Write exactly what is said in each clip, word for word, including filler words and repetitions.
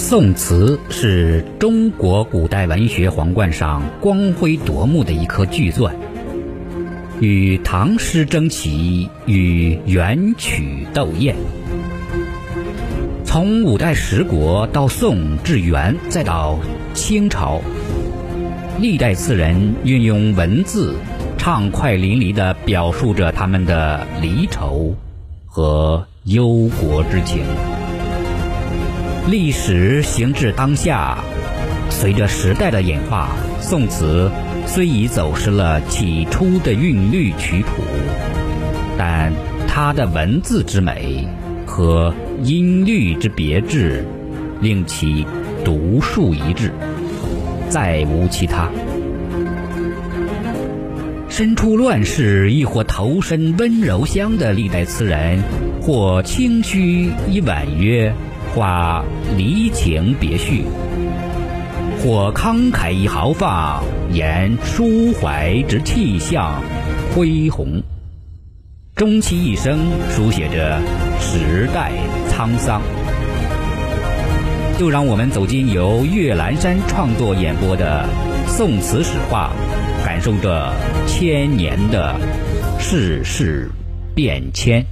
宋词是中国古代文学皇冠上光辉夺目的一颗巨钻，与唐诗争奇，与元曲斗艳。从五代十国到宋至元再到清朝，历代词人运用文字畅快淋漓地表述着他们的离愁和忧国之情。历史行至当下，随着时代的演化，宋词虽已走失了起初的韵律曲谱，但它的文字之美和音律之别致，令其独树一帜，再无其他。身处乱世亦或投身温柔乡的历代词人，或清虚以婉约，或离情别绪，或慷慨以豪放，言抒怀之气象恢宏，终其一生书写着时代沧桑。就让我们走进由岳兰山创作演播的宋词史话，感受着千年的世事变迁。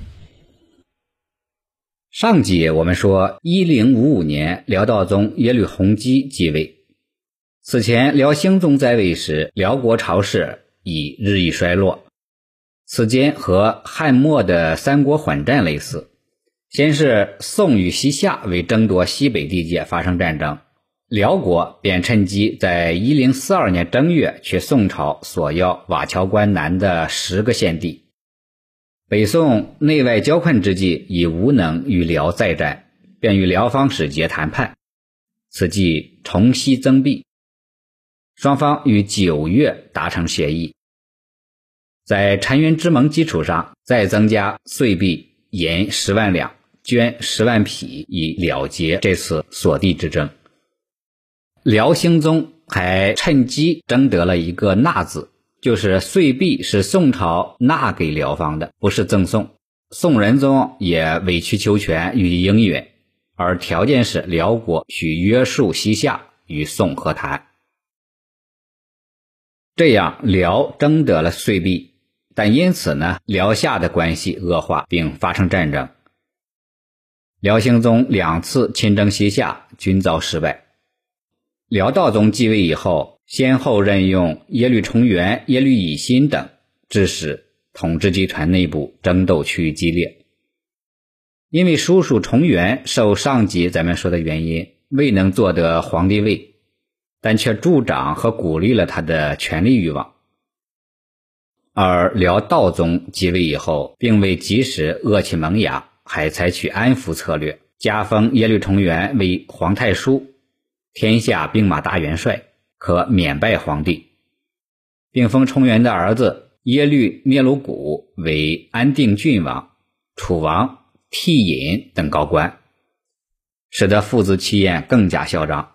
上集我们说，一零五五年辽道宗耶律洪基继位。此前辽兴宗在位时，辽国朝势已日益衰落，此间和汉末的三国混战类似。先是宋与西夏为争夺西北地界发生战争，辽国便趁机在一零四二年正月去宋朝索要瓦桥关南的十个县地。北宋内外交困之际，已无能与辽再战，便与辽方使节谈判，此际重西增币，双方于九月达成协议，在澶渊之盟基础上再增加岁币银十万两，绢十万匹，以了结这次所地之争。辽兴宗还趁机争得了一个纳字，就是岁币是宋朝纳给辽方的，不是赠送。宋仁宗也委曲求全，予以应允，而条件是辽国需约束西夏与宋和谈。这样辽争得了岁币，但因此呢，辽夏的关系恶化并发生战争。辽兴宗两次亲征西夏均遭失败。辽道宗继位以后，先后任用耶律重元、耶律乙辛等，致使统治集团内部争斗趋于激烈。因为叔叔重元受上集咱们说的原因，未能做得皇帝位，但却助长和鼓励了他的权力欲望。而辽道宗继位以后，并未及时扼其萌芽，还采取安抚策略，加封耶律重元为皇太叔，天下兵马大元帅，可免拜皇帝，并封重元的儿子耶律聂鲁古为安定郡王、楚王、替尹等高官，使得父子气焰更加嚣张。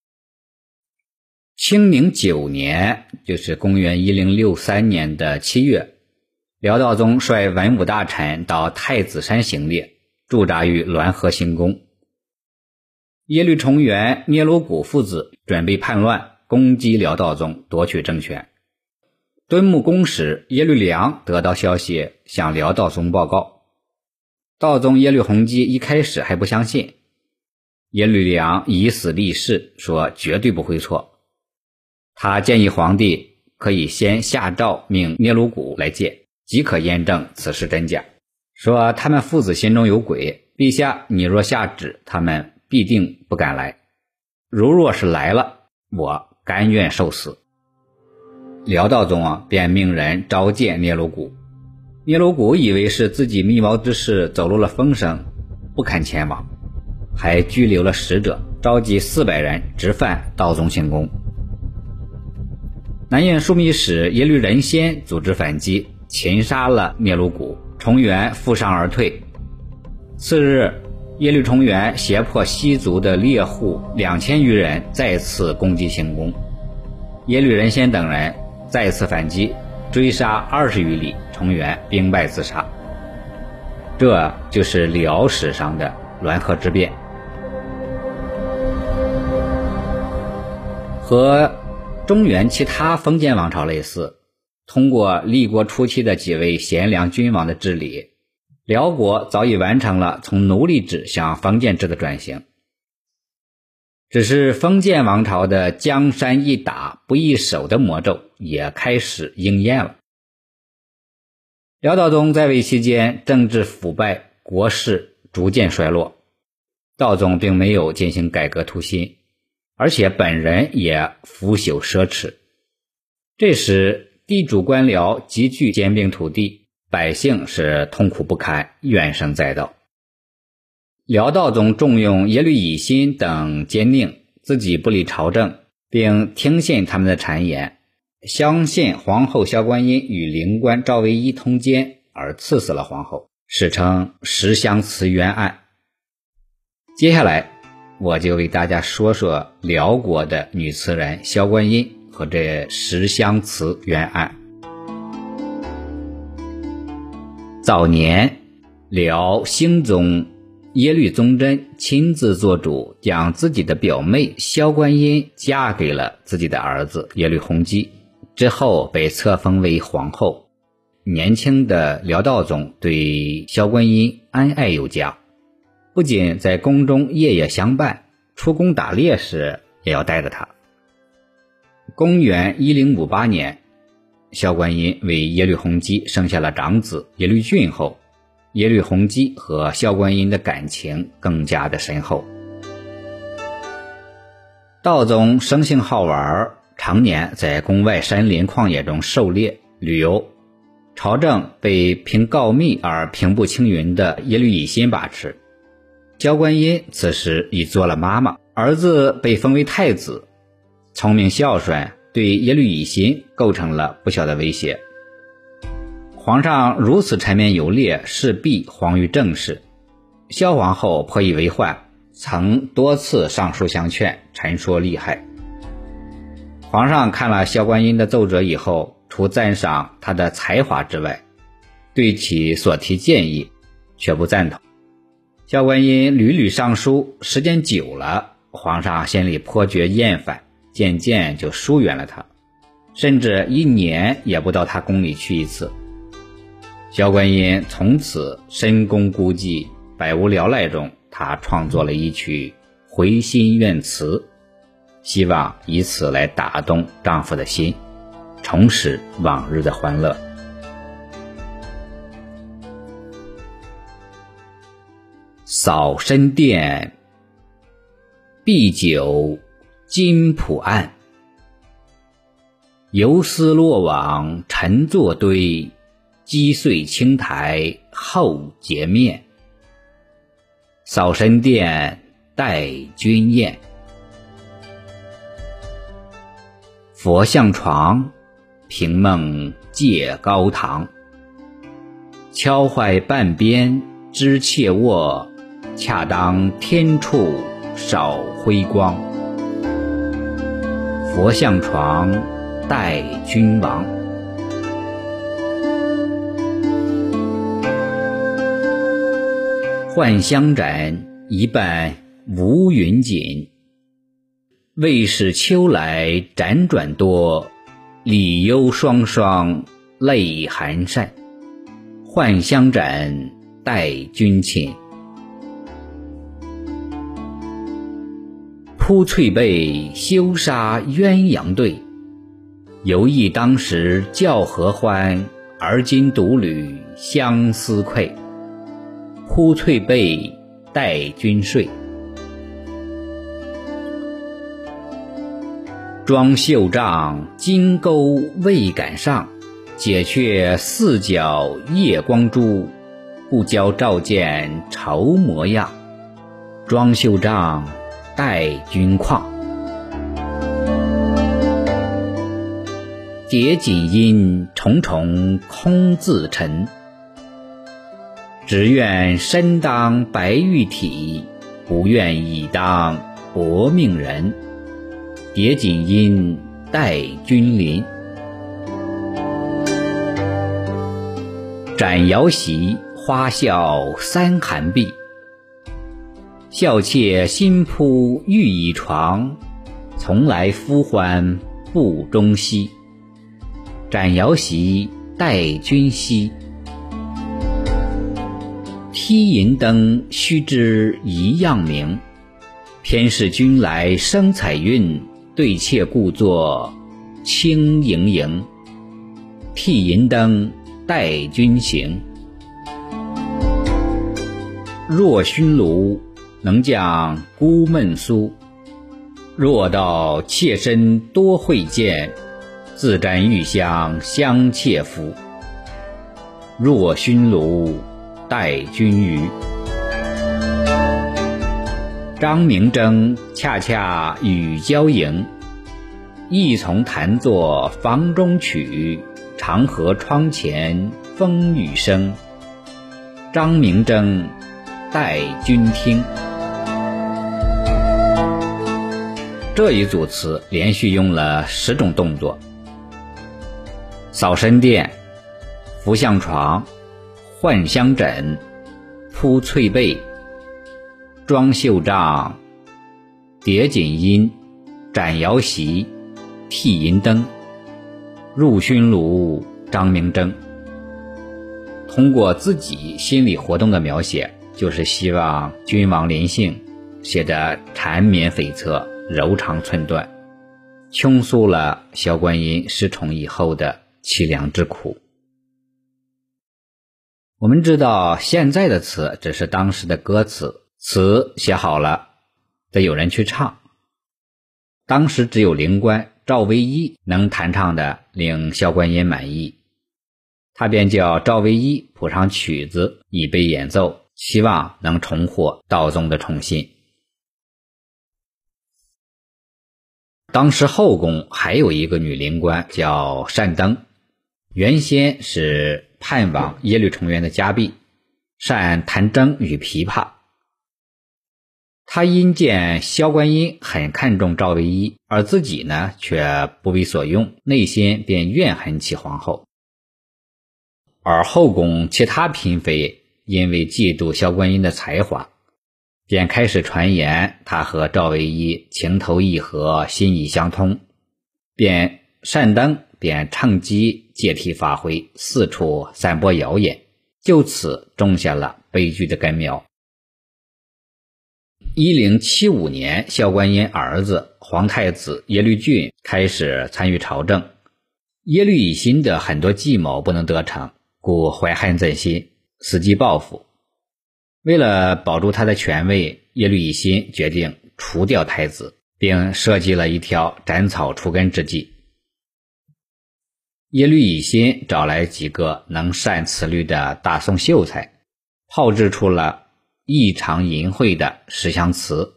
清宁九年，就是公元一零六三年的七月，辽道宗率文武大臣到太子山行猎，驻扎于滦河行宫。耶律重元、聂鲁古父子准备叛乱，攻击辽道宗，夺取政权。敦睦公使耶律良得到消息，向辽道宗报告。道宗耶律洪基一开始还不相信，耶律良以死立誓，说绝对不会错。他建议皇帝可以先下诏命聂鲁古来见，即可验证此事真假，说他们父子心中有鬼，陛下你若下旨，他们必定不敢来，如若是来了，我甘愿受死。辽道宗啊，便命人召见聂鲁古。聂鲁古以为是自己密谋之事走漏了风声，不肯前往，还拘留了使者，召集四百人直犯道宗行宫。南院枢密使耶律仁先组织反击，擒杀了聂鲁古，重元负伤而退。次日，耶律重元胁迫西族的猎户两千余人再次攻击行宫，耶律仁先等人再次反击，追杀二十余里，重元兵败自杀。这就是辽史上的滦河之变。 和中原其他封建王朝类似，通过立国初期的几位贤良君王的治理，辽国早已完成了从奴隶制向封建制的转型。只是封建王朝的江山易打不易守的魔咒也开始应验了。辽道宗在位期间，政治腐败，国势逐渐衰落。道宗并没有进行改革图新，而且本人也腐朽奢侈。这时地主官僚急剧兼并土地，百姓是痛苦不堪，怨声载道。辽道宗重用耶律乙辛等奸佞，自己不理朝政，并听信他们的谗言，相信皇后萧观音与灵官赵唯一通奸而赐死了皇后，史称十香祠冤案。接下来我就为大家说说辽国的女词人萧观音和这十香祠冤案。早年辽兴宗耶律宗真亲自做主，将自己的表妹萧观音嫁给了自己的儿子耶律洪基，之后被册封为皇后。年轻的辽道宗对萧观音恩爱有加，不仅在宫中夜夜相伴，出宫打猎时也要带着她。公元一零五八年，萧观音为耶律洪基生下了长子耶律俊后，耶律洪基和萧观音的感情更加的深厚。道宗生性好玩，常年在宫外山林旷野中狩猎旅游，朝政被凭告密而平步青云的耶律乙辛把持。萧观音此时已做了妈妈，儿子被封为太子，聪明孝顺，对耶律乙辛构成了不小的威胁。皇上如此缠绵游猎，势必荒于政事。萧皇后颇以为患，曾多次上书相劝，陈说利害。皇上看了萧观音的奏折以后，除赞赏她的才华之外，对其所提建议却不赞同。萧观音屡屡上书，时间久了，皇上心里颇觉厌烦，渐渐就疏远了他，甚至一年也不到他宫里去一次。萧观音从此深宫孤寂，百无聊赖中，他创作了一曲回心愿词，希望以此来打动丈夫的心，重拾往日的欢乐。扫身殿，避酒金浦岸，游丝落网沉作堆，击碎青苔后洁面。扫身殿，待君宴。佛像床，平梦借高堂。敲坏半边知妾卧，恰当天处少辉光。佛像床，待君王。浣香枕，一半无云锦。未使秋来辗转多，理忧双双泪寒碜。浣香枕，待君寝。铺翠被，休杀鸳鸯对。犹忆当时教何欢，而今独履相思愧。铺翠被，待君睡。装袖帐，金钩未敢上，解却四角夜光珠，不教照见愁模样。装袖帐，待君旷。叠锦衣，重重空自沉。只愿身当白玉体，不愿已当薄命人。叠锦衣，待君临。展瑶席，花笑三寒碧。笑妾新铺玉椅床， 从来夫欢不终夕。斩瑶席待君夕，剔银灯须知一样明。偏是君来生彩韵，对妾故作轻盈盈。剔银灯待君行。若熏炉能将孤闷酥，若到妾身多会见，自沾玉香香妾服。若熏炉待君余。张明征恰恰与交迎，亦从弹作房中曲，长河窗前风雨声。张明征待君听。这一组词连续用了十种动作：扫身垫、扶向床、换香枕、铺翠被、装袖帐、叠锦衣、斩瑶席、剔银灯、入熏炉、张明征。通过自己心理活动的描写，就是希望君王临幸写得缠绵悱恻，柔肠寸断，倾诉了萧观音失宠以后的凄凉之苦。我们知道现在的词只是当时的歌词，词写好了得有人去唱。当时只有灵官赵唯一能弹唱的令萧观音满意，他便叫赵唯一谱上曲子以备演奏，希望能重获道宗的宠信。当时后宫还有一个女灵官叫单登，原先是叛王耶律重元的家婢，善弹筝与琵琶。他因见萧观音很看重赵唯一，而自己呢却不为所用，内心便怨恨起皇后。而后宫其他嫔妃因为嫉妒萧观音的才华，便开始传言他和赵唯一情投意合，心意相通，便单登便趁机借题发挥，四处散播谣言，就此种下了悲剧的根苗。一零七五年，萧观音儿子皇太子耶律俊开始参与朝政，耶律乙辛的很多计谋不能得逞，故怀恨在心，伺机报复。为了保住他的权位，耶律乙辛决定除掉太子，并设计了一条斩草除根之计。耶律乙辛找来几个能善词律的大宋秀才，炮制出了异常淫秽的十香词，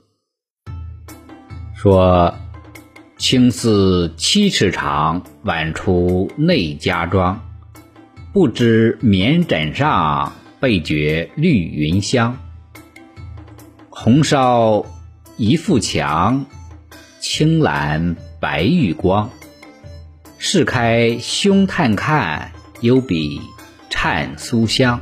说青丝七尺长，晚出内家庄，不知棉枕上，倍觉绿云香。红烧一副墙，青蓝白玉光。试开胸探看，有比颤酥香。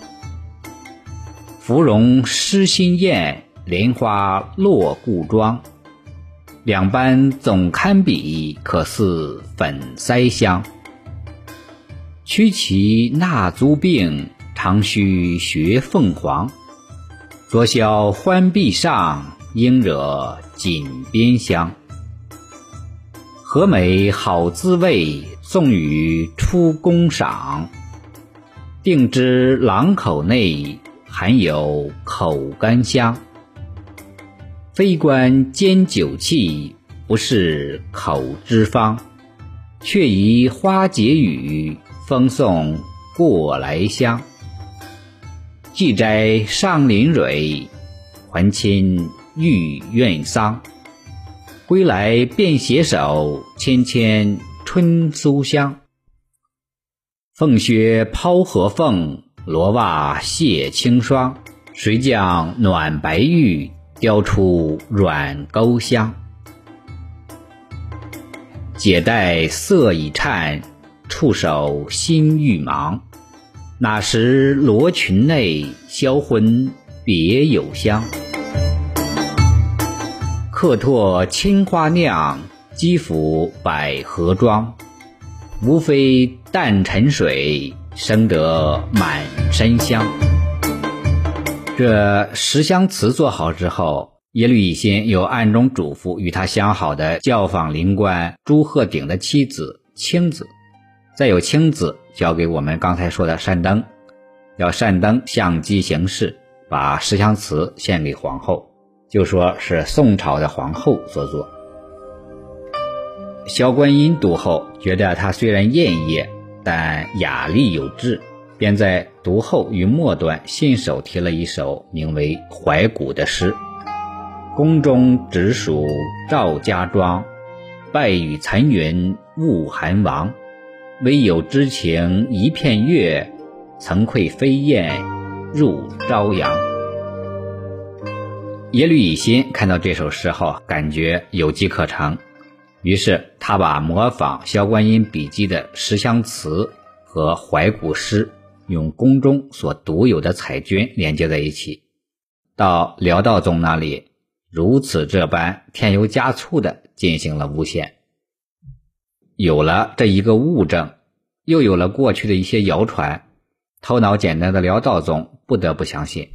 芙蓉失心艳，莲花落故庄。两般总堪比，可似粉腮香。驱其纳足病，常须学凤凰。昨宵欢壁上，应惹锦边香。和美好滋味，送与出宫赏。定知朗口内，含有口干香。非关兼酒器，不是口之方。却疑花解语，风送过来香。既摘上林蕊，还亲玉苑桑。归来便携手，纤纤春酥香。凤靴抛荷凤，罗袜卸清霜。谁将暖白玉，雕出软钩香。解带色已颤，触手心欲忙。哪时罗裙内，销魂别有香。 客拓青花酿，击斧百合庄。无非淡沉水，生得满身香。这十香词做好之后，耶律乙辛又暗中嘱咐与他相好的教坊灵官朱鹤鼎的妻子青子，再有青子交给我们刚才说的善登，要善登相机行事，把十香词献给皇后，就说是宋朝的皇后所作。萧观音读后觉得他虽然艳业，但雅丽有致，便在读后与末段信手题了一首名为《怀古》的诗：宫中直属赵家庄，败雨残云雾寒王。唯有知情一片月，曾窥飞燕入朝阳。耶律乙辛看到这首诗后，感觉有机可乘，于是他把模仿萧观音笔记的十香词和怀古诗用宫中所独有的彩绢连接在一起，到辽道宗那里如此这般添油加醋地进行了诬陷。有了这一个物证，又有了过去的一些谣传，头脑简单的辽道宗不得不相信。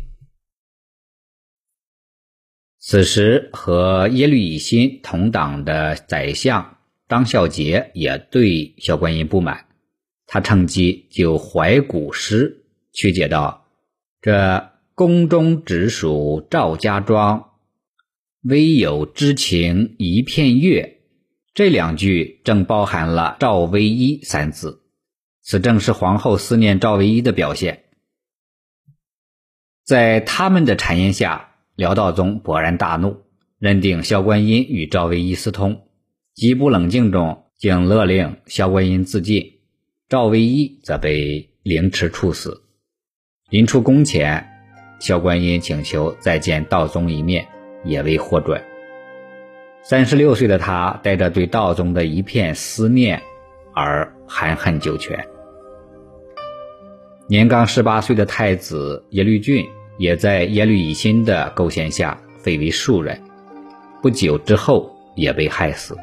此时和耶律乙辛同党的宰相张孝杰也对萧观音不满，他趁机就怀古诗曲解道：这宫中直属赵家庄，唯有知情一片月。这两句正包含了赵唯一三字，此正是皇后思念赵唯一的表现。在他们的谗言下，辽道宗勃然大怒，认定萧观音与赵唯一私通，极不冷静中竟勒令萧观音自尽，赵唯一则被凌迟处死。临出宫前，萧观音请求再见道宗一面，也未获准。三十六岁的他带着对道宗的一片思念而含恨九泉。年刚十八岁的太子耶律俊也在耶律乙辛的构陷下废为庶人，不久之后也被害死。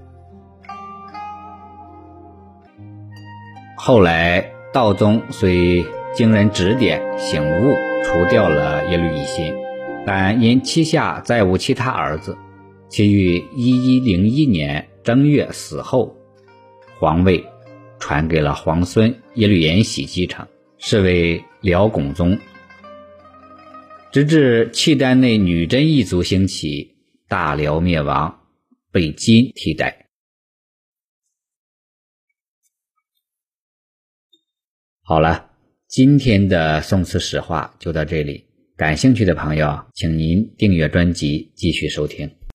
后来道宗虽经人指点醒悟，除掉了耶律乙辛，但因膝下再无其他儿子，其于一一零一年正月死后，皇位传给了皇孙耶律延禧继承，是为辽拱宗。直至契丹内女真一族兴起，大辽灭亡，被金替代。好了，今天的宋词史话就到这里，感兴趣的朋友请您订阅专辑继续收听。